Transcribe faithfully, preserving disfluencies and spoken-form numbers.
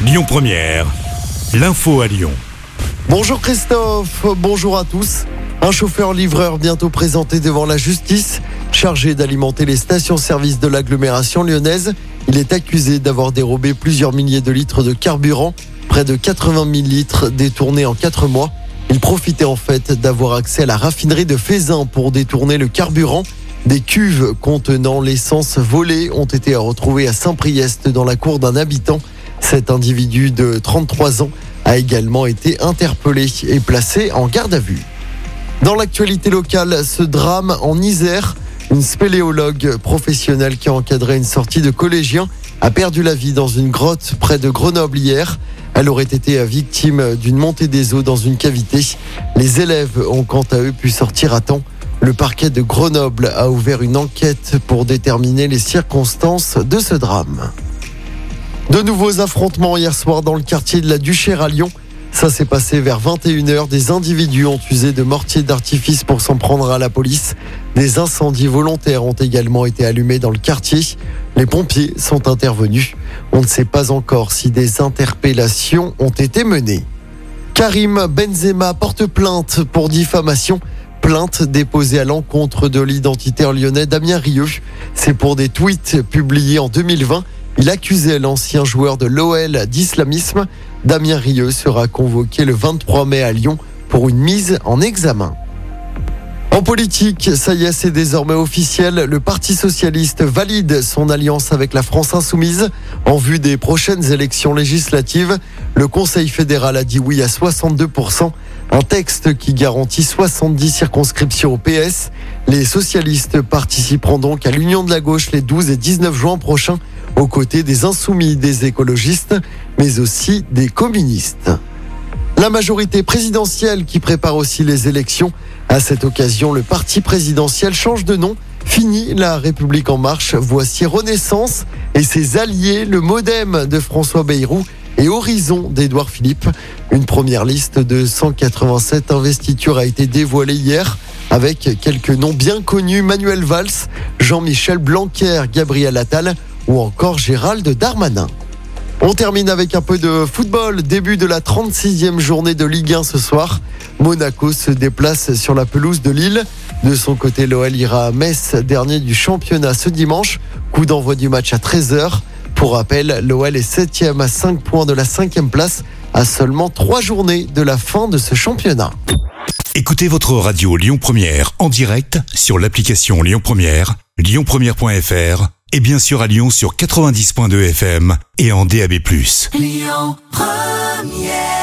Lyon Première, l'info à Lyon. Bonjour Christophe, bonjour à tous. Un chauffeur-livreur bientôt présenté devant la justice, chargé d'alimenter les stations-service de l'agglomération lyonnaise. Il est accusé d'avoir dérobé plusieurs milliers de litres de carburant, près de quatre-vingt mille litres détournés en quatre mois. Il profitait en fait d'avoir accès à la raffinerie de Feyzin pour détourner le carburant. Des cuves contenant l'essence volée ont été retrouvées à Saint-Priest dans la cour d'un habitant. Cet individu de trente-trois ans a également été interpellé et placé en garde à vue. Dans l'actualité locale, ce drame en Isère, une spéléologue professionnelle qui a encadré une sortie de collégiens a perdu la vie dans une grotte près de Grenoble hier. Elle aurait été victime d'une montée des eaux dans une cavité. Les élèves ont quant à eux pu sortir à temps. Le parquet de Grenoble a ouvert une enquête pour déterminer les circonstances de ce drame. De nouveaux affrontements hier soir dans le quartier de la Duchère à Lyon. Ça s'est passé vers vingt et une heures. Des individus ont usé de mortiers d'artifice pour s'en prendre à la police. Des incendies volontaires ont également été allumés dans le quartier. Les pompiers sont intervenus. On ne sait pas encore si des interpellations ont été menées. Karim Benzema porte plainte pour diffamation. Plainte déposée à l'encontre de l'identitaire lyonnais Damien Rieu. C'est pour des tweets publiés en deux mille vingt. Il accusait l'ancien joueur de l'O L d'islamisme. Damien Rieu sera convoqué le vingt-trois mai à Lyon pour une mise en examen. En politique, ça y est, c'est désormais officiel. Le Parti socialiste valide son alliance avec la France insoumise en vue des prochaines élections législatives. Le Conseil fédéral a dit oui à soixante-deux pour cent. Un texte qui garantit soixante-dix circonscriptions au P S. Les socialistes participeront donc à l'Union de la gauche les douze et dix-neuf juin prochains, aux côtés des insoumis, des écologistes, mais aussi des communistes. La majorité présidentielle qui prépare aussi les élections. À cette occasion, le parti présidentiel change de nom. Fini la République en marche. Voici Renaissance et ses alliés, le Modem de François Bayrou et Horizon d'Édouard Philippe. Une première liste de cent quatre-vingt-sept investitures a été dévoilée hier avec quelques noms bien connus. Manuel Valls, Jean-Michel Blanquer, Gabriel Attal ou encore Gérald Darmanin. On termine avec un peu de football. Début de la trente-sixième journée de Ligue un ce soir. Monaco se déplace sur la pelouse de Lille. De son côté, l'O L ira à Metz, dernier du championnat ce dimanche. Coup d'envoi du match à treize heures. Pour rappel, l'O L est septième à cinq points de la cinquième place, à seulement trois journées de la fin de ce championnat. Écoutez votre radio Lyon Première en direct sur l'application Lyon Première, lyon première point f r et bien sûr à Lyon sur quatre-vingt-dix virgule deux F M et en D A B plus. Lyon Première.